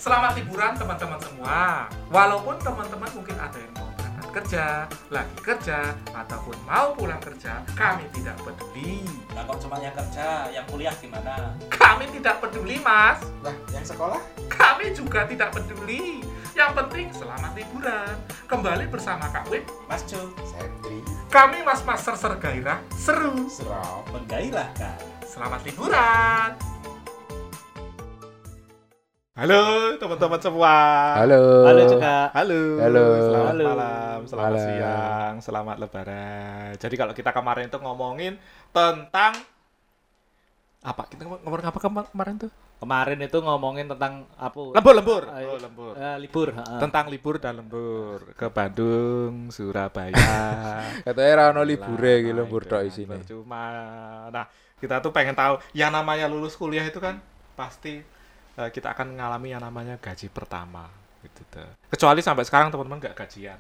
Selamat liburan teman-teman semua. Walaupun teman-teman mungkin ada yang mau berangkat kerja, lagi kerja, ataupun mau pulang kerja, kami tidak peduli. Nah kok cuma yang kerja, yang kuliah gimana? Kami tidak peduli, Mas. Lah, yang sekolah? Kami juga tidak peduli. Yang penting selamat liburan. Kembali bersama Kak Win, Mas Jo, Sentri. kami Mas-mas ser gairah, seru. Serau. menggairahkan. Selamat liburan. Halo teman-teman semua. Halo. Halo juga. Halo. Halo. Selamat Halo. malam, selamat Malam. siang, selamat lebaran. Jadi kalau kita kemarin itu ngomongin tentang apa? Kita ngomongin apa kemarin tuh? Kemarin itu ngomongin tentang apa? Lembur. Eh, Oh, lembur. Libur. Tentang libur dan lembur ke Bandung, Surabaya. Katanya rano libure iki Nah, lembur itu tok kan isine. percuma. Nah, kita tuh pengen tahu yang namanya lulus kuliah itu kan pasti kita akan mengalami yang namanya gaji pertama gitu tuh. Kecuali sampai sekarang teman-teman nggak gajian.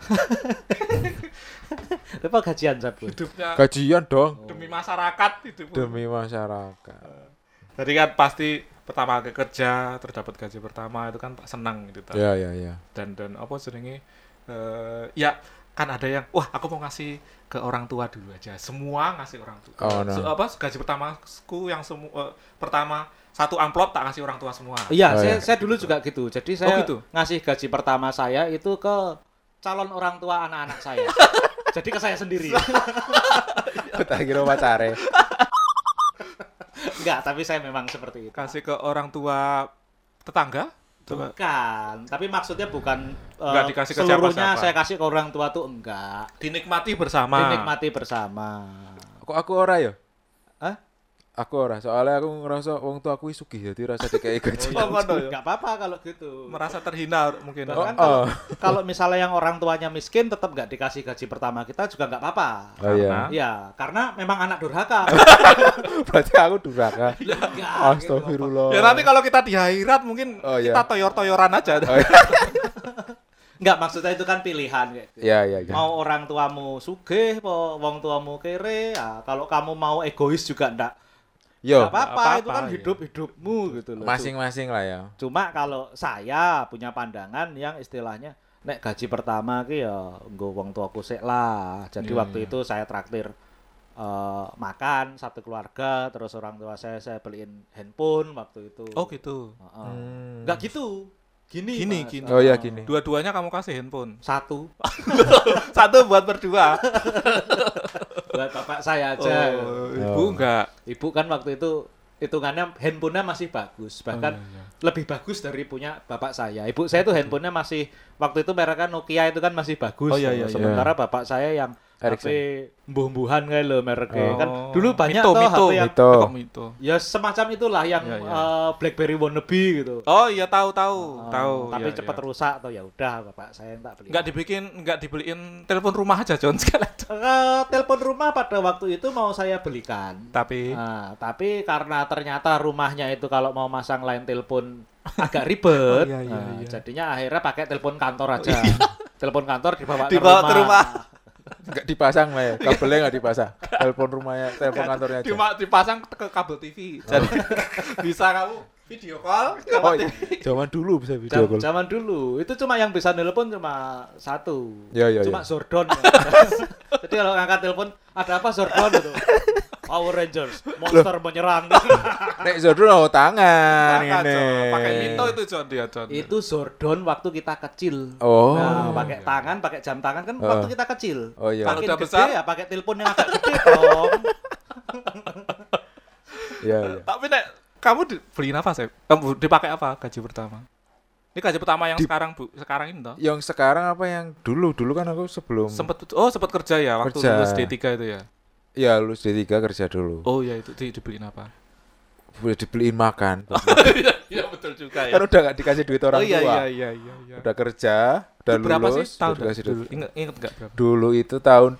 Apa gajian Sabtu? Hidupnya Gajian dong demi masyarakat itu. demi masyarakat. Jadi kan pasti pertama kali kerja terdapat gaji pertama itu kan senang gitu tuh. Ya, ya, ya. Dan apa seringnya ya kan ada yang wah aku mau ngasih ke orang tua dulu aja. Semua ngasih orang tua. Oh, no. Gaji pertamaku yang pertama satu amplop tak kasih orang tua semua. Iya, Oh, saya, iya. saya dulu juga gitu. Jadi saya gitu? ngasih gaji pertama saya itu ke calon orang tua anak-anak saya. Jadi ke saya sendiri. Tak kira pacare. Enggak, tapi saya memang seperti itu. Kasih ke orang tua tetangga? Coba. Bukan, tapi maksudnya bukan Enggak dikasih ke seluruhnya siapa-siapa. saya kasih ke orang tua tuh enggak. Dinikmati bersama. Dinikmati bersama. Kok aku ora ya? Hah? Aku ora, soalnya aku ngerasa wong tua aku sugih jadi rasa dikei gaji. Oh, ngono ya? Enggak apa-apa kalau gitu. Merasa terhina mungkin. Bahkan Oh, kalau misalnya yang orang tuanya miskin tetap nggak dikasih gaji pertama kita juga nggak apa-apa. Oh iya. Ya, karena memang anak durhaka. Berarti aku durhaka. Enggak. Astagfirullah. Ya nanti kalau kita di akhirat mungkin Oh, iya. kita toyor-toyoran aja. Oh, iya. Enggak, maksudnya itu kan pilihan kayak gitu. Ya, ya, ya. Mau orang tuamu sugih, apa wong tuamu kere, ya kalau kamu mau egois juga enggak. Yo, Enggak apa-apa, apa-apa, itu kan ya. hidup-hidupmu gitu loh. masing-masing lah ya. Cuma kalau saya punya pandangan yang istilahnya nek gaji pertama ki ya nggo wong tuaku sik lah. Jadi Iya, waktu iya. itu saya traktir makan satu keluarga, terus orang tua saya beliin handphone waktu itu. Oh gitu. Heeh. Hmm. Enggak gitu. Gini. Gini, Mas. gini. Oh ya gini. Dua-duanya kamu kasih handphone. Satu Satu buat berdua. buat bapak saya aja. Oh, ibu enggak. Ibu kan waktu itu hitungannya handphonenya masih bagus, bahkan Oh, iya, iya. lebih bagus dari punya bapak saya. Ibu saya tuh handphonenya masih waktu itu mereknya Nokia itu kan masih bagus. Oh, iya, iya, Sementara bapak saya yang Ericsson. HP mbuh-mbuhan kayak lo mereknya Oh. kan dulu banyak Mito, tuh Mito, HP yang Mito. Kok Mito? ya semacam itulah yang Iya, iya. BlackBerry wannabe gitu. Oh iya tahu. Tapi Iya, cepat iya. rusak atau ya udah bapak saya yang tak beli. Enggak dibeliin telepon rumah aja John sekali. Telepon rumah pada waktu itu mau saya belikan. Tapi Nah, tapi karena ternyata rumahnya itu kalau mau masang line telepon agak ribet, Oh, iya, iya, nah, iya. jadinya akhirnya pakai telepon kantor aja. Telepon kantor dibawa Ke rumah. Enggak dipasang lah ya. Kabelnya enggak dipasang. Telepon rumahnya, telepon kantornya aja. Dipasang ke kabel TV. Jadi bisa kamu video call. Oh, iya. Zaman dulu bisa video call. Zaman dulu itu cuma yang bisa nelpon cuma satu, Ya, ya, cuma ya. Zordon. Jadi kalau ngangkat telepon ada apa Zordon itu? Power Rangers, monster menyerang. Nek Zordon oh tangan Pakai ini. John. Pakai Mito itu John dia John. Itu Zordon waktu kita kecil. Oh. Nah, pakai tangan, pakai jam tangan kan waktu kita kecil. Oh, iya. Kalau Makin udah gede besar? ya pakai telepon yang agak gede dong. Iya, iya. Tapi nek kamu beliin apa sih? Kamu dipakai apa gaji pertama? Ini gaji pertama yang sekarang Bu, sekarang ini toh. Yang sekarang apa yang dulu? Dulu kan aku sebelum Sempat kerja ya waktu Kerja. lulus D3 itu ya. ya lulus D3 kerja dulu. Oh ya itu dibeliin apa? Boleh dibeliin makan. Iya betul juga Kan udah gak dikasih duit orang Oh iya tua. iya. Udah kerja, udah Itu berapa lulus, sih tahun udah dikasih dulu? duit. Ingat enggak berapa? Dulu itu tahun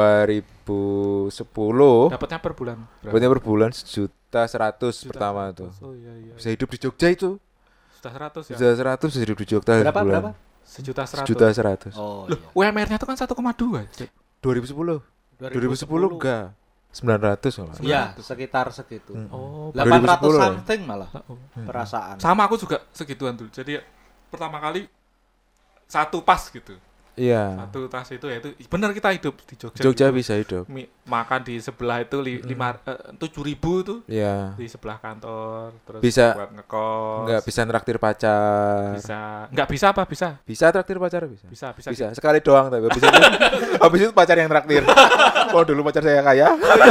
2010. Dapatnya per bulan. Dapatnya per bulan 1.100.000 pertama tuh. Oh iya. Bisa hidup di Jogja itu. Sudah 100 ya. Sudah 100 bisa hidup di Jogja Berapa sebulan. berapa? 1.100.000. 1.100.000. Oh Loh, iya. UMR-nya itu kan 1,2. Cik. 2010. 2010 enggak. 900 malah. Iya, sekitar segitu. Hmm. Oh, 800 2010 ya? something malah oh. perasaan. Sama aku juga segituan dulu. Jadi pertama kali satu pas gitu. Iya. Satu tas itu ya itu benar kita hidup di Jogja. Jogja gitu. bisa hidup. Makan di sebelah itu 7.000 itu Iya. di sebelah kantor terus Bisa. buat ngekos. Enggak bisa traktir pacar. Enggak bisa apa bisa? Bisa traktir pacar bisa. Bisa. Bisa. Sekali doang tapi habis itu pacar yang traktir. Kalau dulu pacar saya kaya.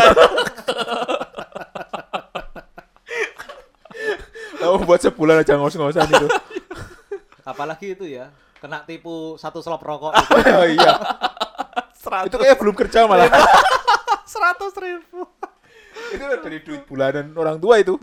Kamu buat sebulan aja ngos-ngosan itu. Apalagi itu ya, kena tipu satu selop rokok gitu. Oh iya. Itu kayak belum kerja malah. 100.000. Itu dari duit bulanan orang tua itu.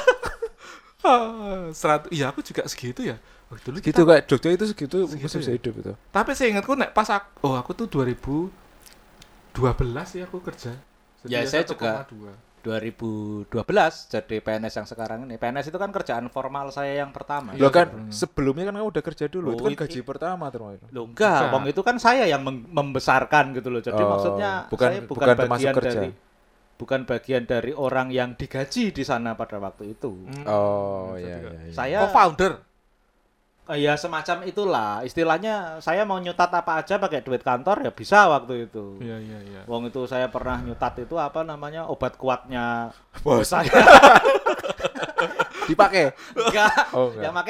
100. Iya, aku juga segitu ya. Oh, dulu Gitu kayak Jogja itu segitu Segitu masih bisa ya? hidup itu. Tapi saya ingatku aku tuh 2012 sih aku kerja. Ya, saya juga 1,2. 2012 jadi PNS yang sekarang ini. PNS itu kan kerjaan formal saya yang pertama. Lo kan sebenarnya. sebelumnya kan kamu udah kerja dulu. Itu Oh, kan gaji pertama termasuk. Loh enggak, Enggak. Bang, itu kan saya yang membesarkan gitu loh. Jadi Oh, maksudnya bukan- saya bukan termasuk kerja. bagian dari orang yang digaji di sana pada waktu itu. Oh Bisa iya juga. iya. Saya Co-founder. ya semacam itulah. Istilahnya saya mau nyutat apa aja pakai duit kantor ya bisa waktu itu. Iya. Wong itu saya pernah nyutat itu apa namanya obat kuatnya Bos. bos saya. Dipakai. Enggak. Oh, enggak. Yang pakai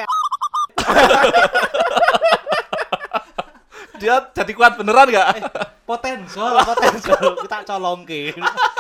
Dia jadi kuat beneran enggak? potensial kita colongke.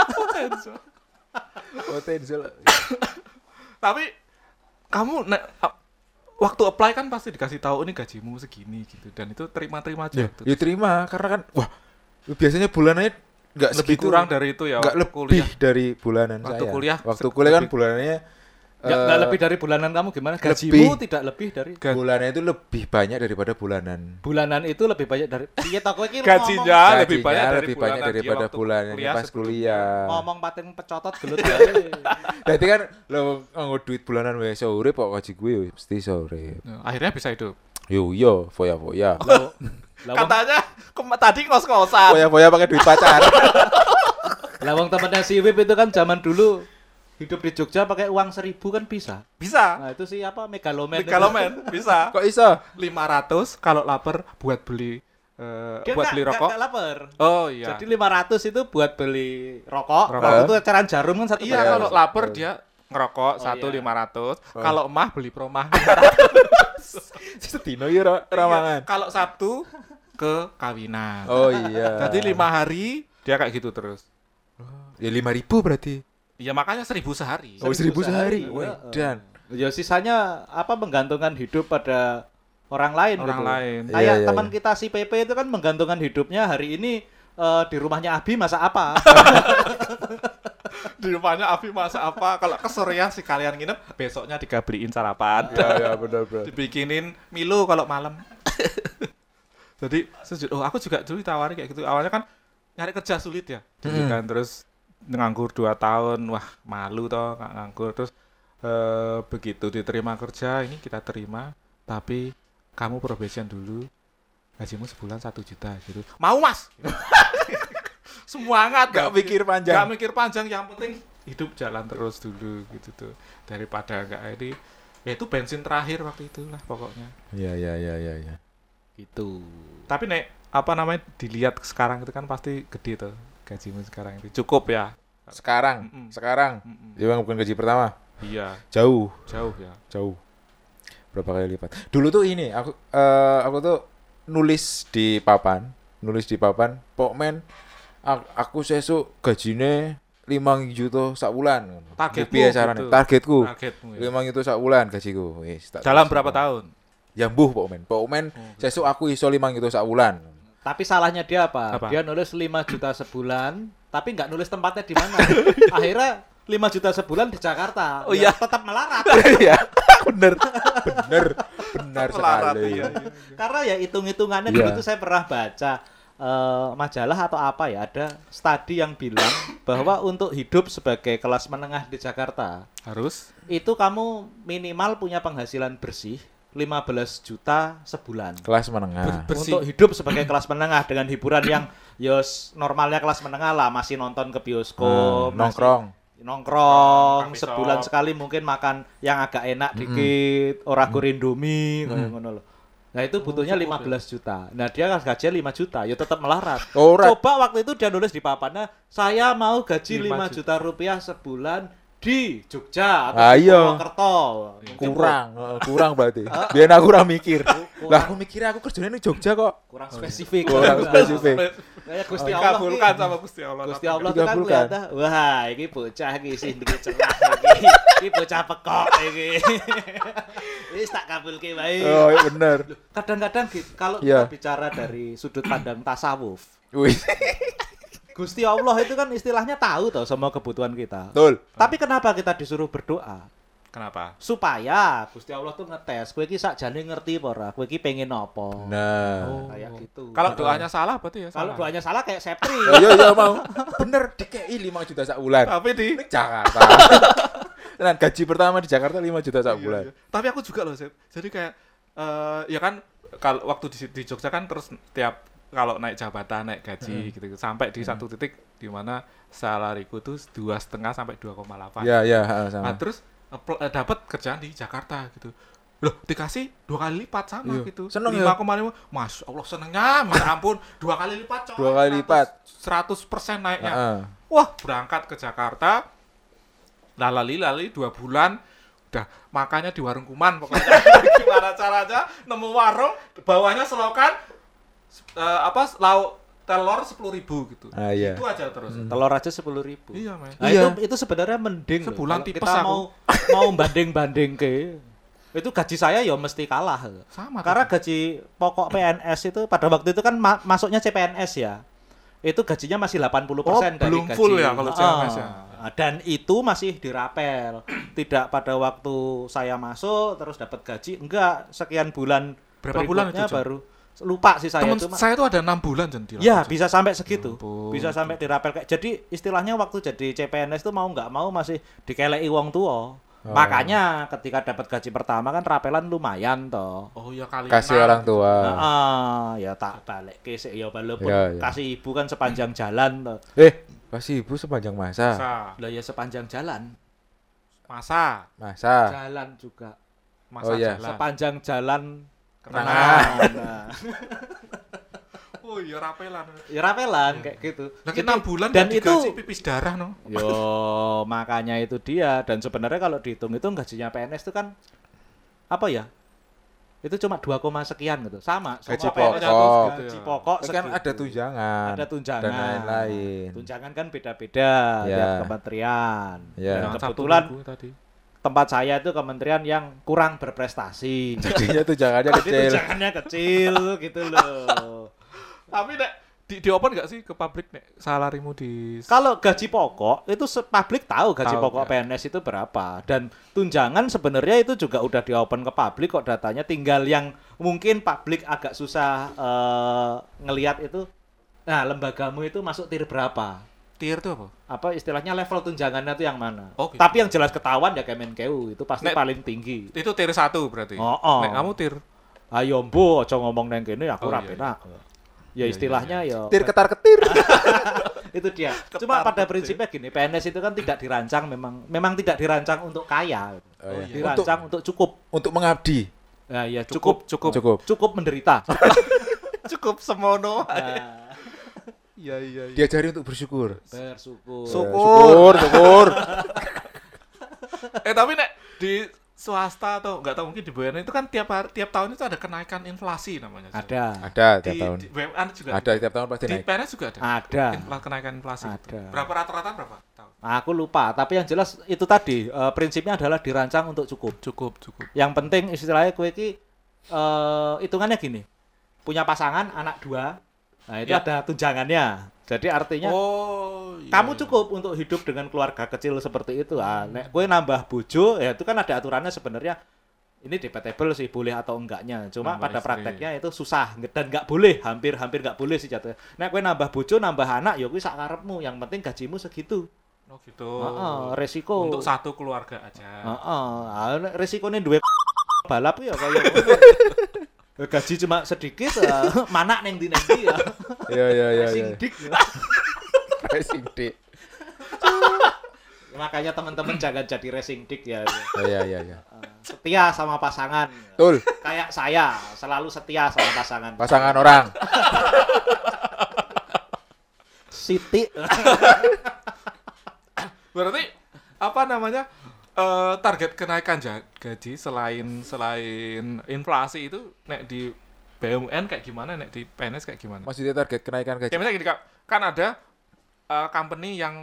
Potensial. Tapi kamu waktu apply kan pasti dikasih tahu ini gajimu segini gitu dan itu terima-terima aja. Ya, ya terima karena kan wah biasanya bulanannya nggak Lebih segitu, kurang dari itu ya. nggak waktu lebih kuliah. dari bulanan Waktu saya. kuliah Waktu kuliah kan lebih- bulanannya Nggak lebih dari bulanan kamu gimana? Gajimu lebih. tidak lebih dari bulanannya itu lebih banyak daripada bulanan. bulanan itu lebih banyak dari iya toko iki Gajinya lebih Gajinya banyak dari lebih banyak bulanan daripada dia waktu bulanannya kuliah pas sebelumnya. kuliah. ngomong pating pecotot gelut bae. Berarti kan lo nganggo duit bulanan wae sore kok gaji gue yo mesti sore. Nah, akhirnya bisa hidup. Yo foya-foya. Lah wong- Katanya tadi ngos-ngosan. Foya-foya pakai duit pacar. lah wong temennya si Wip itu kan zaman dulu hidup di Jogja pakai uang 1.000 kan bisa. Bisa. Nah, itu sih apa megaloman. Megaloman bisa. Kok iso? 500 kalau lapar buat beli buat beli rokok. Enggak lapar. Oh iya. Jadi 500 itu buat beli rokok. Rokok. Waktu itu eceran jarum kan 1 Iya, bayar. kalau lapar dia ngerokok Oh, satu iya. 500. Oh. Kalau emah beli promah. Sedino ya ramangan. Iya, kalau Sabtu ke kawinan. Oh iya. Jadi 5 hari dia kayak gitu terus. ya 5.000 berarti. Ya makanya 1.000 sehari. Oh 1.000 sehari. Iya. Dan Ya sisanya apa menggantungkan hidup pada orang lain Orang gitu. lain. Iya, Kayak iya, teman iya. kita si PP itu kan menggantungkan hidupnya hari ini di rumahnya Abi masak apa? Di rumahnya Afi masak apa? Kalau kesorean si kalian nginep, besoknya dikabeliin sarapan. ya benar. Dibikinin Milo kalau malam. Jadi aku juga dulu ditawari kayak gitu. Awalnya kan nyari kerja sulit ya. Jadi kan terus nganggur 2 tahun, wah malu toh nggak nganggur. Terus begitu diterima kerja, ini kita terima, tapi kamu probation dulu, gajimu sebulan 1 juta gitu. Mau mas? Semangat, Gak mikir panjang. Gak mikir panjang, yang penting hidup jalan terus dulu gitu tuh. Daripada nggak ini, ya itu bensin terakhir waktu itu lah pokoknya. Iya. Gitu. Tapi apa namanya dilihat sekarang itu kan pasti gede tuh gajimu sekarang itu. Cukup ya. Sekarang. Mm-mm. Ya bukan gaji pertama. Iya, Jauh. ya. Jauh. Berapa kali lipat. Dulu tuh ini aku tuh nulis di papan, pokmen aku sesuk gajine 5 juta sak wulan. Targetmu Piye carane? gitu. Targetku Targetmu ya. 5 juta sak wulan gajiku. Wis tak Dalam tulis berapa di papan. tahun? Ya mbuh pokmen. Sesuk aku iso 5 juta sak wulan. Tapi salahnya dia apa? Apa? Dia nulis 5 juta sebulan, tapi nggak nulis tempatnya di mana. Akhirnya 5 juta sebulan di Jakarta. Oh Ya, iya. tetap melarat. Iya. Bener Melarat, sekali. iya. Karena ya hitung-hitungannya Iya. dulu tuh saya pernah baca majalah atau apa ya, ada studi yang bilang bahwa untuk hidup sebagai kelas menengah di Jakarta Harus itu kamu minimal punya penghasilan bersih 15 juta sebulan. Kelas menengah. bersih. Untuk hidup sebagai kelas menengah dengan hiburan yang normalnya kelas menengah lah, masih nonton ke bioskop, masih Nongkrong. nongkrong Coffee sebulan shop. sekali mungkin makan yang agak enak dikit, ora goreng Indomie kayak ngono lho. Nah itu butuhnya cukup 15 juta. Nah dia gajinya 5 juta, ya tetap melarat. Ora. Coba waktu itu dia nulis di papannya, saya mau gaji 5 5 juta rupiah sebulan di Jogja atau di Ayo. Purwokerto. Kurang berarti. Biar aku kurang mikir. Lah aku mikirnya aku kerjanya di Jogja kok. Kurang spesifik. Kurang spesifik. Kayak Gusti Allah Dikabulkan ki. sama Gusti Allah. Gusti Allah tuh kan Dikabulkan. kelihatan, wah ini bocah iki sih ndek celah iki. Iki bocah pekok iki. Wis tak kabulke wae. Oh, iya bener. Kadang-kadang kalau Iya. kita bicara dari sudut pandang tasawuf, Wih. Gusti Allah itu kan istilahnya tahu toh semua kebutuhan kita. Betul. Tapi kenapa kita disuruh berdoa? Kenapa? Supaya Gusti Allah tuh ngetes, kowe iki sakjane ngerti apa ora? Kowe iki pengen apa? Nah. Kayak gitu. Kalau doanya salah berarti ya Kalau salah. doanya salah kayak Sepri. Iya mau. Bener dikei 5 juta sak bulan. Tapi di Ini Jakarta. Tenan gaji pertama di Jakarta 5 juta sak bulan. Iya. Tapi aku juga loh, Sep. Jadi kayak ya kan kalau waktu di Jogja kan terus tiap kalau naik jabatan, naik gaji gitu sampai di satu titik di mana salariku tuh 2,5 sampai 2,8. Iya, Nah, sama. terus dapat kerjaan di Jakarta gitu. Loh, dikasih 2 kali lipat sama Iya. gitu. Seneng ya? 5,5. Mas Allah senengnya, minta ampun. 2 kali lipat, coy. 2 kali lipat. 100% naiknya. Heeh. Wah, berangkat ke Jakarta. Lali 2 bulan udah makannya di warung kuman pokoknya. Gimana caranya nemu warung bawahnya selokan lauk telur 10.000 gitu. Ah, iya. Itu aja terus. Telur aja 10.000. Iya, men. Nah, Iya. itu sebenarnya mending loh. Sebulan Kalau tipes kita aku. mau banding-banding ke itu gaji saya ya mesti kalah. Sama. Karena tuh. gaji pokok PNS itu pada waktu itu kan masuknya CPNS ya. Itu gajinya masih 80% dari belum gaji. full ya kalau CPNS ya. Dan itu masih dirapel. Tidak pada waktu saya masuk terus dapat gaji, enggak sekian bulan Berapa bulan berikutnya itu, Jon? baru lupa sih saya Temen cuma saya tuh ada 6 bulan jadi. ya bisa sampai segitu, Ampun. bisa sampai dirapel kayak jadi istilahnya waktu jadi CPNS tuh mau nggak mau masih dikeleki wong tua. Makanya ketika dapat gaji pertama kan rapelan lumayan toh. Oh ya kali Kasih 6. orang tua. Ya tak balik ke ya walaupun Ya. kasih ibu kan sepanjang jalan toh. Kasih ibu sepanjang masa. Lah ya sepanjang jalan, Masa. jalan juga Masa Oh, iya. jalan. sepanjang jalan Kenangan. Nah, Oh iya rapelan. ya rapelan kayak gitu. Lagi Jadi- 6 bulan dan gak itu digaji pipis darah no. yo makanya itu dia dan sebenarnya kalau dihitung-hitung gajinya PNS itu kan apa ya? Itu cuma 2, sekian gitu. Sama Gaji semua PNS itu pokok. gaji pokok Kan segitu. ada tunjangan. Ada tunjangan. Dan lain-lain. Tunjangan kan beda-beda Ya. tiap kementerian. Ya. Dan Jangan kebetulan Sabtu Minggu tadi. tempat saya itu kementerian yang kurang berprestasi. Jadinya tunjangannya Jadi kecil. tunjangannya kecil gitu loh. Tapi nek di open gak sih ke publik nek salarimu di Kalau gaji pokok itu publik tahu gaji Tahu, pokok ya. PNS itu berapa dan tunjangan sebenarnya itu juga udah di open ke publik kok datanya tinggal yang mungkin publik agak susah ngelihat itu. Nah, lembagamu itu masuk tier berapa? tier itu apa? Apa istilahnya level tunjangannya itu yang mana? Oh, gitu. Tapi yang jelas ketahuan ya Kemenkeu itu pasti Nek- paling tinggi. Itu tier 1 berarti. Oh. Nek kamu tier Ayo mbo aja ngomong nang kene aku Oh, ra iya, penak. Ya Iya, istilahnya ya Tir ketar-ketir. itu dia. Cuma pada prinsipnya gini, PNS itu kan tidak dirancang memang tidak dirancang untuk kaya. Oh, iya. Dirancang untuk cukup. Untuk mengabdi. Nah, ya cukup Cukup. menderita. cukup semono. Nah, Iya iya. Diajari untuk bersyukur. bersyukur. Syukur. Tapi nek di swasta atau enggak tahu mungkin di BUMN itu kan tiap tahun itu ada kenaikan inflasi namanya. Ada. Ada Di, tiap tahun. di BUMN juga. Ada tiap tahun pasti Di naik. PNS juga ada. Ada. Kenaikan inflasi. gitu. Ada. Berapa rata-rata berapa? Tahun. Aku lupa, tapi yang jelas itu tadi prinsipnya adalah dirancang untuk cukup. Cukup. Yang penting istilahnya kowe iki hitungannya gini. Punya pasangan anak 2. Nah, itu Ya. ada tunjangannya. Jadi artinya iya, kamu iya. cukup untuk hidup dengan keluarga kecil seperti itu. Nek kowe nambah bojo, ya itu kan ada aturannya sebenarnya. Ini debatable sih boleh atau enggaknya. Cuma Nambah pada istri. prakteknya itu susah dan nggak boleh, hampir nggak boleh sih jatuhnya. Nek kowe nambah bojo, nambah anak, ya kuwi sak karepmu. Yang penting gajimu segitu. Oh gitu. Resiko. Untuk satu keluarga aja. Resikonya duwe balap ya kayak gaji cuma sedikit, mana neng di ya. Iya. Racing dik. Racing dik. Makanya teman-teman jangan jadi racing dik ya. Iya. setia sama pasangan. Betul. Kayak saya selalu setia sama pasangan. Pasangan orang. Siti. Berarti apa namanya? Target kenaikan gaji selain inflasi itu nek di BUMN kayak gimana, nek di PNS kayak gimana? Maksudnya target kenaikan gaji. Kayak misalnya gini Kak, kan ada company yang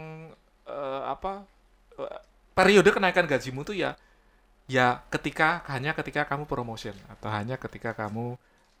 periode kenaikan gajimu tuh ya hanya ketika kamu promotion atau hanya ketika kamu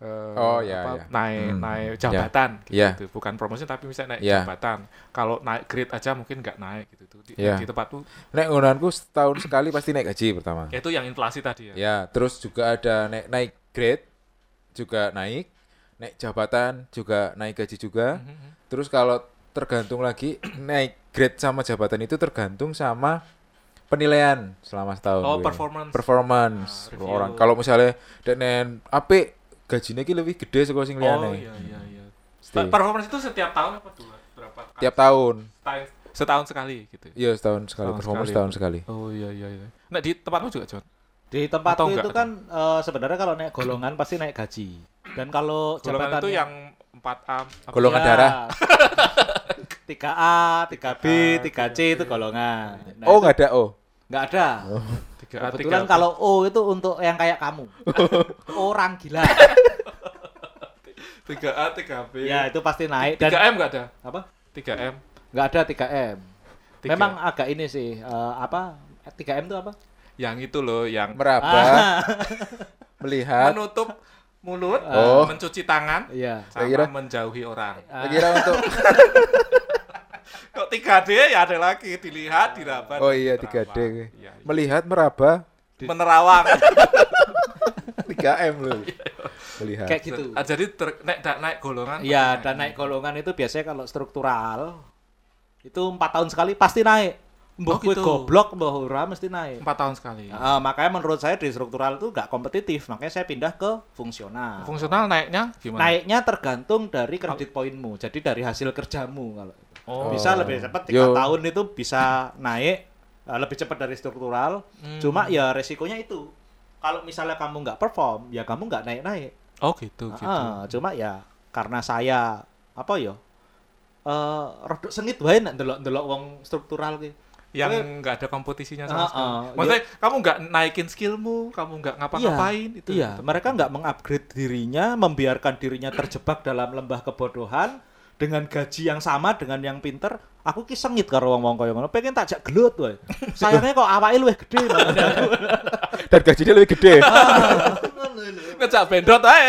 naik jabatan gitu. Bukan promotion tapi misalnya naik jabatan. Kalau naik grade aja mungkin nggak naik gitu tuh. Di tempatku nek ngonanku setahun sekali pasti naik gaji pertama. Itu yang inflasi tadi ya. Ya, terus juga ada naik grade juga naik jabatan juga naik gaji juga. Terus kalau tergantung lagi naik grade sama jabatan itu tergantung sama penilaian selama setahun. Oh, gue. performance. Orang. Kalau misalnya denen apik gajinya ki lebih gede saka sing liyane. Oh iya. Performance itu setiap tahun apa berapa kali? Tiap tahun. Setahun sekali gitu. Iya, setahun sekali. Performance setahun sekali. Oh iya. Nah, di tempatmu juga, John? Di tempatku itu kan sebenarnya kalau naik golongan pasti naik gaji. Dan kalau golongan jabatan itu yang 4A, golongan darah. 3A, 3B, 3C itu golongan. Nah, Oh, enggak ada O. Enggak ada. 3A, Kebetulan 3B. kalau O itu untuk yang kayak kamu. Orang gila. 3A, 3B. Ya, itu pasti naik. Dan 3M enggak ada? apa? 3M. Enggak ada 3M. 3. Memang agak ini sih, 3M itu apa? Yang itu loh, yang Meraba, melihat. menutup mulut, Oh. mencuci tangan, Iya. sama Kira- menjauhi orang. Saya kira untuk Kok 3D ya ada lagi, dilihat, diraba. Oh iya, diterawang. 3D. Iya. Melihat, meraba, Menerawang. 3M loh. Melihat. Kayak gitu. Jadi naik golongan. Iya, dan naik golongan itu biasanya kalau struktural itu 4 tahun sekali pasti naik. Mbah kowe gitu. goblok, mbah ora mesti naik. 4 tahun sekali. Makanya menurut saya di struktural itu nggak kompetitif, makanya saya pindah ke fungsional. Fungsional naiknya gimana? Naiknya tergantung dari kredit poinmu, jadi dari hasil kerjamu kalau itu. Oh. Bisa lebih cepat 3 tahun itu bisa naik lebih cepat dari struktural. Cuma ya resikonya itu. Kalau misalnya kamu nggak perform, ya kamu nggak naik-naik. Oh gitu. Cuma ya karena saya apa ya? Rodok sengit wae nek ndelok-ndelok wong struktural ki. Yang nggak ada kompetisinya sama sekali. Maksudnya kamu nggak naikin skillmu, kamu nggak ngapa-ngapain itu. Iya, mereka nggak mengupgrade dirinya, membiarkan dirinya terjebak dalam lembah kebodohan dengan gaji yang sama dengan yang pinter. Aku ki sengit karo wong-wong kaya ngono, pengen tak jak gelut wae. Sayangnya kok awake luwih gede makanya aku. Dan gajinya lebih gede. Ngejak bendot ae.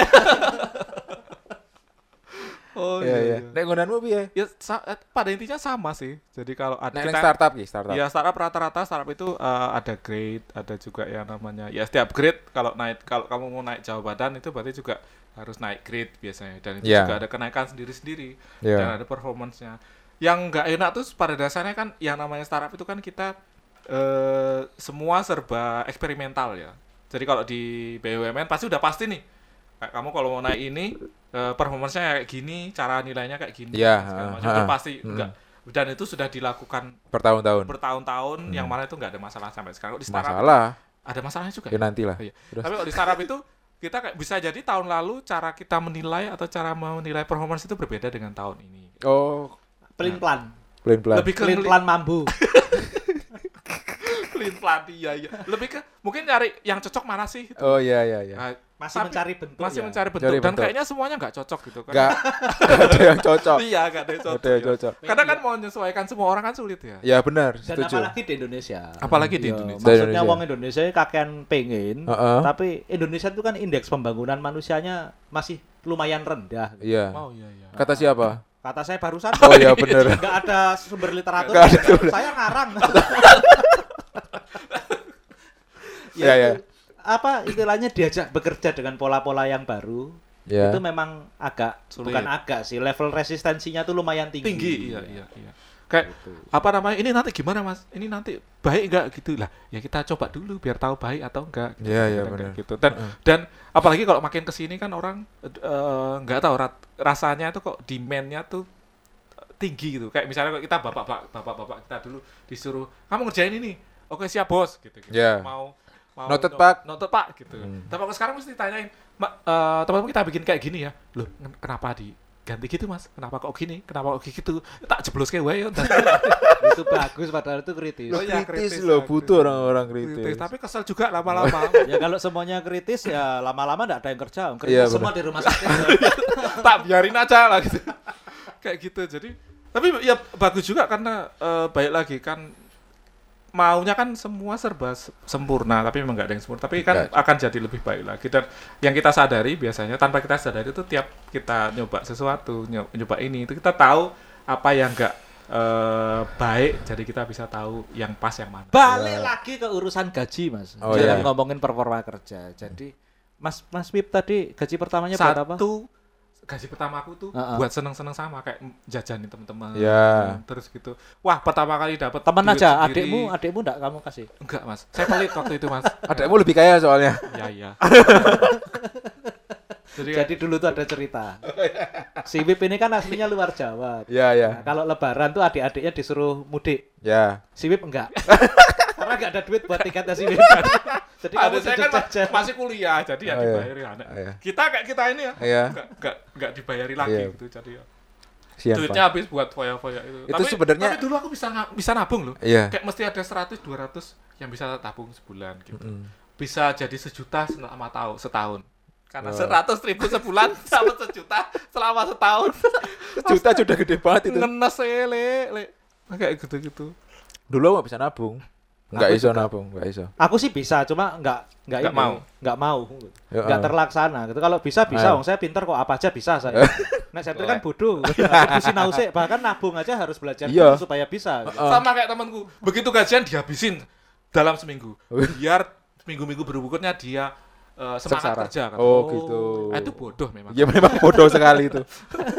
Oh Iya. Nek ngonanmu piye? Ya pada intinya sama sih. Jadi kalau ada Nek startup ki, startup. ya rata-rata startup itu ada grade, ada juga yang namanya ya setiap grade kalau kamu mau naik jabatan itu berarti juga harus naik grade biasanya dan itu juga ada kenaikan sendiri-sendiri dan ada performance-nya. Yang nggak enak tuh pada dasarnya kan yang namanya startup itu kan kita semua serba eksperimental ya. Jadi kalau di BUMN pasti udah pasti nih. Kamu kalau mau naik ini performance-nya kayak gini, cara nilainya kayak gini. Itu pasti enggak. Dan itu sudah dilakukan bertahun-tahun yang mana itu enggak ada masalah sampai sekarang. Kalau di startup ada masalahnya juga. Ya nantilah. Iya. Tapi kalau di startup itu kita kayak bisa jadi tahun lalu cara kita menilai atau cara menilai performance itu berbeda dengan tahun ini. Oh, Pelin-pelan. Lebih ke Pelin-pelan mambu. pelin-pelan iya. Lebih ke mungkin nyari yang cocok mana sih? Gitu. Oh iya. Masih mencari bentuk. Mencari bentuk dan kayaknya semuanya nggak cocok gitu kan. Nggak ada yang cocok. Iya, nggak ada yang cocok. Ada yang cocok. Karena kan mau menyesuaikan semua orang kan sulit ya. Ya benar, Dan setuju. apalagi di Indonesia. Apalagi di Iya, Indonesia. Maksudnya Indonesia. wong Indonesia kakean pengen, Heeh. tapi Indonesia itu kan indeks pembangunan manusianya masih lumayan rendah. Iya. Oh iya. Kata siapa? Kata saya barusan. Oh iya benar. Nggak ada sumber literatur. Nggak ada sumber. Saya ngarang. Iya. Apa istilahnya diajak bekerja dengan pola-pola yang baru. Ya. Itu memang agak Sulit. bukan agak sih, level resistensinya tuh lumayan tinggi. Iya. Kayak apa namanya? Ini nanti gimana, Mas? Ini nanti baik enggak gitu lah. Ya kita coba dulu biar tahu baik atau enggak. Gitu. Iya, Kadang benar. kayak gitu. Dan apalagi kalau makin ke sini kan orang enggak tahu rasanya tuh kok demand-nya tuh tinggi gitu. Kayak misalnya kalau kita bapak-bapak kita dulu disuruh kamu ngerjain ini. Oke, siap, Bos gitu. Iya. mau Noted, Pak. Noted Pak gitu. Tapi aku sekarang mesti tanyain, teman-teman kita bikin kayak gini ya. Loh, kenapa ganti gitu Mas? Kenapa kok gini? Kenapa kok gitu? Tak jeblos kayak wae. Itu bagus padahal itu kritis. Oh iya, kritis loh, kritis. butuh orang-orang kritis. Tapi kesel juga lama-lama. Ya kalau semuanya kritis ya lama-lama enggak ada yang kerja. Kritis Iya, semua di rumah sakit. Tak biarin aja lah gitu. Kayak gitu. Jadi tapi ya bagus juga karena baik lagi kan maunya kan semua serba sempurna, tapi memang nggak ada yang sempurna. Tapi kan akan jadi lebih baik lagi. Dan yang kita sadari biasanya tanpa kita sadari itu tiap kita nyoba sesuatu, nyoba ini itu kita tahu apa yang nggak baik, jadi kita bisa tahu yang pas yang mana. Balik lagi ke urusan gaji, Mas. Oh, Jangan iya. ngomongin performa kerja. Jadi Mas Wip tadi gaji pertamanya buat apa? Gaji pertama aku tuh buat seneng-seneng sama kayak jajanin teman-teman. Ya. Terus gitu. Wah, pertama kali dapat Temen duit aja, sendiri. adekmu enggak kamu kasih? Enggak, Mas. Saya pelit waktu itu, Mas. Adekmu lebih kaya soalnya. Iya. Jadi dulu tuh ada cerita. Si Wip ini kan aslinya luar Jawa. Ya, Nah, kalau lebaran tuh adik-adiknya disuruh mudik. Ya. Si Wip enggak. Karena enggak ada duit buat tiketnya si Wip. Jadi Ada kamu saya kan jajan. masih kuliah, jadi ya Oh, iya. dibayari anak. Iya. Kita kayak kita ini ya. Iya. Enggak dibayari lagi Iya. gitu jadi ya. Siap, Duitnya Pak. habis buat foya-foya itu. Itu sebenarnya- tapi dulu aku bisa nabung loh. Iya. Kayak mesti ada 100 200 yang bisa tabung sebulan gitu. Bisa jadi 1 juta selama setahun. Karena 100.000 sebulan sama 1 juta selama setahun. Juta sudah gede banget itu. Ngenes le. Kayak gitu-gitu. Dulu nggak bisa nabung. Nggak Aku iso juga. nabung, nggak iso. Aku sih bisa, cuma enggak Nggak mau. Enggak mau. Ya, Enggak terlaksana gitu. Kalau bisa, Ayo. wong saya pinter kok, apa aja bisa saya. Nek saya kan bodoh. Aku sinau sih, bahkan nabung aja harus belajar Iya. dulu supaya bisa. Gitu. Sama kayak temanku. Begitu gajian dihabisin dalam seminggu. Biar minggu-minggu berikutnya dia semangat Sengsara. kerja kan. Oh, gitu. Itu bodoh memang. Ya memang bodoh sekali itu.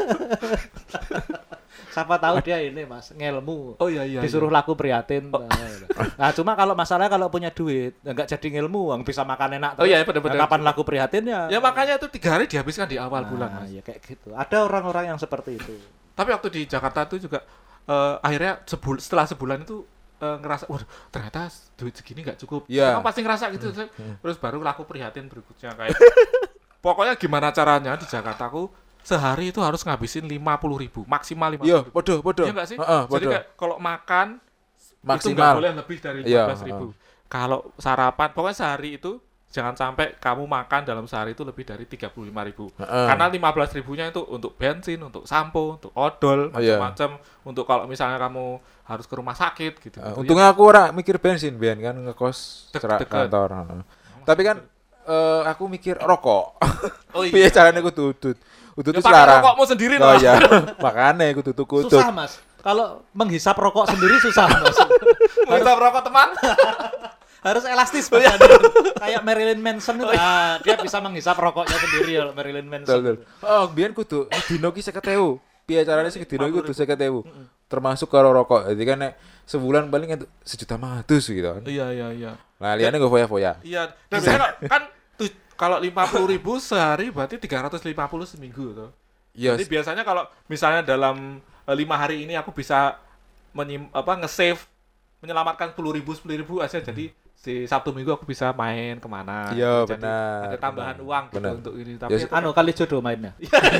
Siapa tahu dia ini Mas, ngelmu. Oh iya. Disuruh laku prihatin. Nah, cuma kalau masalahnya kalau punya duit, enggak jadi ngilmu, Wong bisa makan enak. Oh iya, terus. benar-benar. Nah, kapan laku prihatin ya? Ya makanya itu 3 hari dihabiskan di awal bulan. Nah, Mas. ya kayak gitu. Ada orang-orang yang seperti itu. Tapi waktu di Jakarta itu juga akhirnya setelah sebulan itu ngerasa, waduh ternyata duit segini nggak cukup. Iya. Emang pasti ngerasa gitu. Terus baru laku prihatin berikutnya kayak. Pokoknya gimana caranya di Jakarta aku sehari itu harus ngabisin 50.000 maksimal 50.000. Iya, bodoh. Iya nggak sih? Heeh, Jadi bodoh. kayak kalau makan itu nggak Maksimal. boleh lebih dari Iya, 15.000. Kalau sarapan, pokoknya sehari itu jangan sampai kamu makan dalam sehari itu lebih dari 35.000. Heeh. Karena 15.000-nya itu untuk bensin, untuk sampo, untuk odol, Oh, iya. macam-macam. Untuk kalau misalnya kamu harus ke rumah sakit gitu. Untungnya aku ora mikir bensin biyen kan ngekos Deket. kantor. Heeh. Tapi kan aku mikir rokok. Oh Piye carane kudu udut. Udut Ya itu pakai larang. rokokmu sendiri Oh loh. iya. Makane kudu tuku udut. Susah, Mas. Kalau menghisap rokok sendiri susah, Mas. Kita rokok teman. Harus elastis Oh, iya. badannya. Kayak Marilyn Manson itu. Nah, dia bisa menghisap rokoknya sendiri ya, Marilyn Manson. Betul. Oh, biyen kudu dino ki 50.000. Piye carane sing dino ki kudu 50.000. Termasuk karo rokok. Jadi kan nek sebulan paling entuk 1.500.000 gitu kan. Iya. Nah, liyane go foya-foya. Iya. Dan biasanya kan kalau 50.000 sehari berarti 350 seminggu tuh. Iya. Jadi biasanya kalau misalnya dalam 5 hari ini aku bisa nge-save menyelamatkan 10.000 aja, jadi si Sabtu Minggu aku bisa main kemana. Iya, Jadi benar. ada tambahan uang gitu Benar. untuk ini. Tapi Ya, Anu kali jodoh mainnya.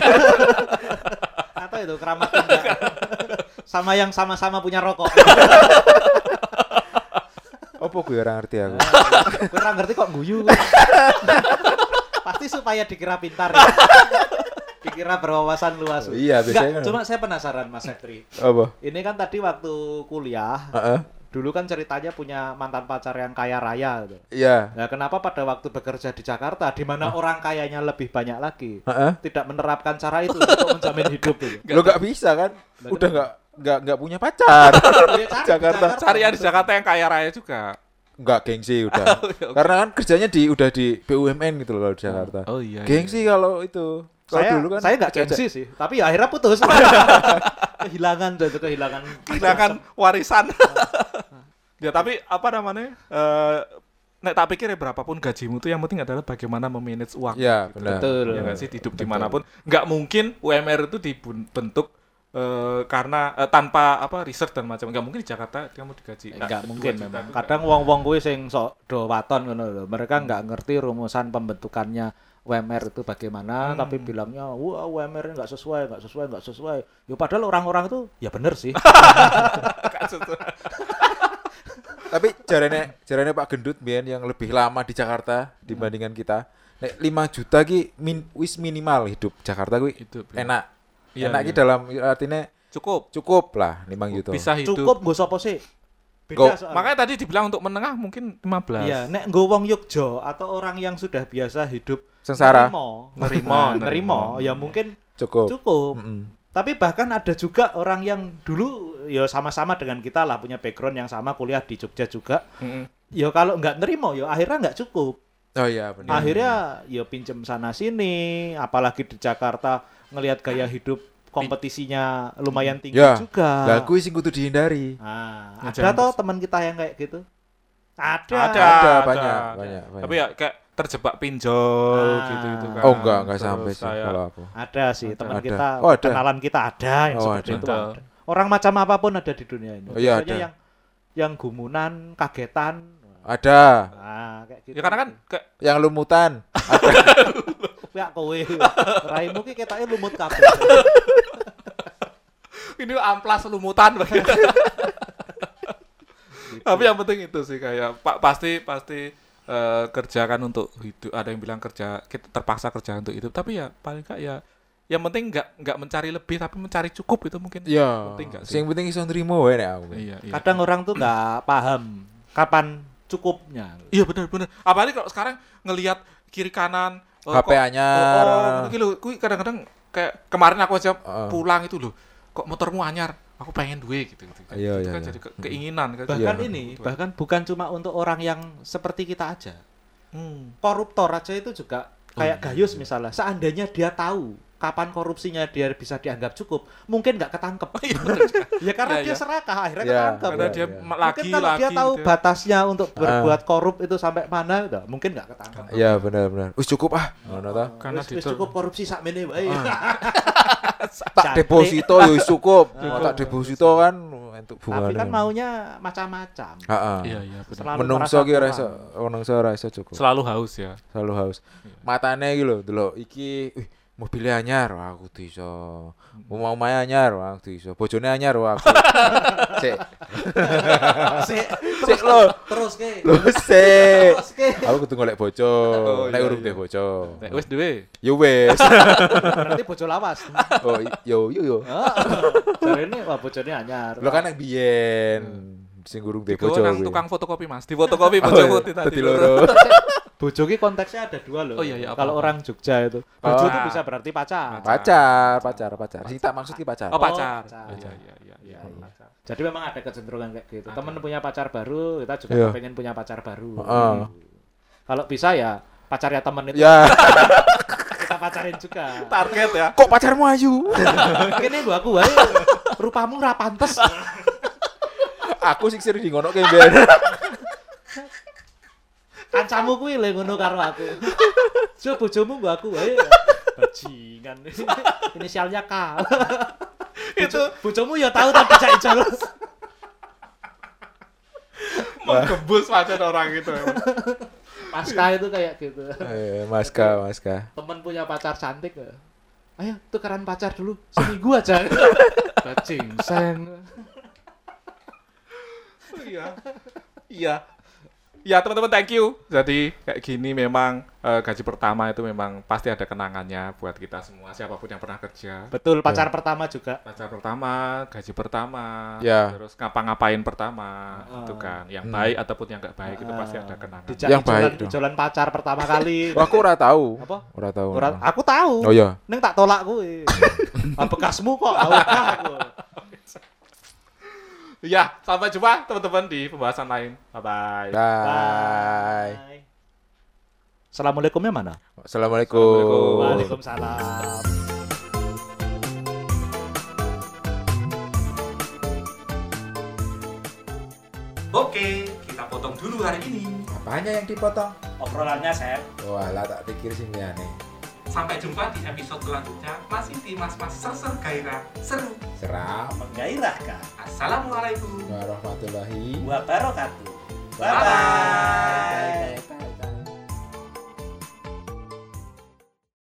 Atau itu keramat tunggal. Sama yang sama-sama punya rokok. Opo gue ora ngerti aku. Kurang ngerti kok guyu. Pasti supaya dikira pintar ya. Dikira berwawasan luas. Iya, biasanya Enggak, kan. cuma saya penasaran Mas Setri. Apa? Ini kan tadi waktu kuliah, Heeh. dulu kan ceritanya punya mantan pacar yang kaya raya gitu. Iya. Nah, kenapa pada waktu bekerja di Jakarta di mana orang kayanya lebih banyak lagi, Heeh. tidak menerapkan cara itu untuk menjamin hidup gitu. Lo gak bisa kan? Udah nggak punya pacar. Dia cari di Jakarta. cari yang di Jakarta yang kaya raya juga. Nggak gengsi udah. Karena kan kerjanya udah di BUMN gitu loh kalau di Jakarta. Oh iya. Gengsi kalau itu. Kalau Saya dulu kan saya nggak gengsi sih, tapi ya akhirnya putus. kehilangan Kehilangan warisan. Ya tapi apa namanya? Nek tak pikir ya berapapun gajimu tuh yang penting adalah bagaimana memanage uang. Iya, benar. Betul. Ya nggak sih hidup dimanapun nggak mungkin UMR itu dibentuk karena tanpa research dan macam nggak mungkin di Jakarta kamu digaji. Enggak Nah, mungkin 2 juta memang. itu Kadang wong-wong kuwi sing sok do waton ngono lho. Mereka nggak ngerti rumusan pembentukannya UMR itu bagaimana, tapi bilangnya wah UMR nggak sesuai. Ya padahal orang-orang itu ya bener sih. nggak sesuai. Tapi jarane Pak Gendut mbiyen yang lebih lama di Jakarta dibandingkan kita. Nek 5 juta ki wis minimal hidup Jakarta kuwi Hidup, ya. enak. Iya, Enak ki iya. dalam artinya Cukup lah 5 juta. bisa hidup. Cukup nggo sapa sih? Go. Beda soalnya. Makanya tadi dibilang untuk menengah mungkin 15. Iya, nek nggo wong Yogya atau orang yang sudah biasa hidup Sengsara. nerimo, ya mungkin Cukup. cukup. Mm-mm. Tapi bahkan ada juga orang yang dulu ya sama-sama dengan kita lah, punya background yang sama, kuliah di Jogja juga. Mm-mm. Ya kalau nggak nerimo ya akhirnya nggak cukup. Oh iya benar. Akhirnya ya pinjem sana sini, apalagi di Jakarta ngelihat gaya hidup kompetisinya lumayan tinggi Ya. juga. Lah kuwi sing kudu dihindari. Nah, Ya, ada jangan toh teman kita yang kayak gitu. Ada. Ada, banyak. Tapi ya kayak terjebak pinjol Ah. gitu kan. Oh enggak Terus sampai sih saya- kalau aku. Ada sih teman Ada. kita, Oh, ada. kenalan kita ada yang Oh, seperti ada. itu. Ada. Ada. Orang macam apapun ada di dunia ini. Oh, iya, Biasanya ada. yang gumunan, kagetan. Ada. Nah, kayak gitu. Ya karena kan kayak Yang lumutan. ya kowe. Raimu ki ketake lumut kabeh. ini amplas lumutan begitu. Tapi yang penting itu sih kayak pasti kerjakan untuk hidup. Ada yang bilang kita terpaksa kerja untuk hidup, tapi ya paling enggak ya yang penting enggak mencari lebih tapi mencari cukup itu mungkin. Iya. Penting nggak sih? Sing penting iso nrimo wae nek aku. Iya. Kadang orang tuh nggak paham kapan cukupnya. Iya benar. Apalagi kalau sekarang ngelihat kiri kanan HP anyar. Kuwi kadang-kadang kayak kemarin aku aja Heeh. pulang itu loh. Kok motormu anyar? Aku pengen duit gitu. Iya, Itu iya, kan iya. jadi keinginan kan. Bahkan Iya. ini, bahkan bukan cuma untuk orang yang seperti kita aja. Hmm. Koruptor aja itu juga kayak Gayus misalnya. Seandainya dia tahu kapan korupsinya dia bisa dianggap cukup, mungkin nggak ketangkep. Iya benar juga. Ya karena Iya, dia iya. serakah, akhirnya Iya, ketangkep. Karena Iya, dia iya. Mungkin lagi kalau dia tahu gitu ya. batasnya untuk berbuat korup itu sampai mana, udah mungkin nggak ketangkep. Iya benar. Wis cukup ah. Ngono ta. Karena Wis ditur- cukup korupsi sakmene wae. Tak Cantik. deposito ya wis cukup. Tak deposito kan entuk Tapi bungane. kan maunya macam-macam. Heeh. Iya benar. Selalu Menungso ki merasa ora iso cukup. Selalu haus ya. Selalu haus. Matane iki lho, delok iki mobilnya anyar, wah aku iso. Omah anyar, wah aku iso. Bojone anyar, wah aku. Cek. Cek lo. Terus ke. Lho sik. Terus ke. Aku kudu golek bojo. Oh, Nek iya, urung iya. duwe bojo. Nek wis duwe. Ya wis. Berarti bojo lawas. Oh, yo. Jarene wah bojone anyar. Lo kan yang biyen sing urung duwe Digawa bojo. nang kuwi. tukang fotokopi Mas. Di fotokopi Oh, bojoku iya. tadi Dadi loro. loro. Bojo ki konteksnya ada dua loh. Oh, iya, iya, apa? Kalau orang Jogja itu. Bojo Oh. itu bisa berarti pacar. Pacar. Sing tak maksud ki pacar. Oh pacar. pacar. Iya. Iya. Jadi memang ada kecenderungan kayak gitu. Temen punya pacar baru, kita juga Iya. pengen punya pacar baru. Heeh. Kalau bisa ya pacarnya temen itu Ya, kita pacarin juga. Target ya. kok pacarmu ayu? Kene gua aku wae rupamu ra pantes. Aku sing sering di ngono ke mbiyen. Kancamu kuwi le ngono karo aku. So bojomu gua aku wae. Bajingan. Inisialnya K. Itu Bojomu ya tahu tapi cak ijol. menggembus pacar orang itu. emang. Pasca itu kayak gitu. Maska. Temen punya pacar cantik ya. Ayo tukeran pacar dulu seminggu aja. Bajing sen. Iya. Ya teman-teman thank you. Jadi kayak gini memang gaji pertama itu memang pasti ada kenangannya buat kita semua siapapun yang pernah kerja. Betul pacar pertama juga. Pacar pertama, gaji pertama, Ya. terus ngapa-ngapain pertama, itu kan. Yang baik ataupun yang enggak baik itu pasti ada kenangan. Dijak Yang baik dong. ijolan pacar pertama kali. Wah, aku ora tahu. Apa? Ora tahu. Aku tahu. Oh iya. Neng tak tolak kuwi. Bekasmu kok aku. Ya, sampai jumpa teman-teman di pembahasan lain. Bye-bye. Bye. Assalamualaikumnya mana? Assalamualaikum. Waalaikumsalam. Oke, kita potong dulu hari ini. Apanya yang dipotong? Obrolannya, Sep. Wah, lah tak pikir sing liyane. Sampai jumpa di episode selanjutnya masih di Mas-mas Ser-ser Gairah Seru. Seram. Menggairahkan. Assalamualaikum Warahmatullahi Wabarakatuh.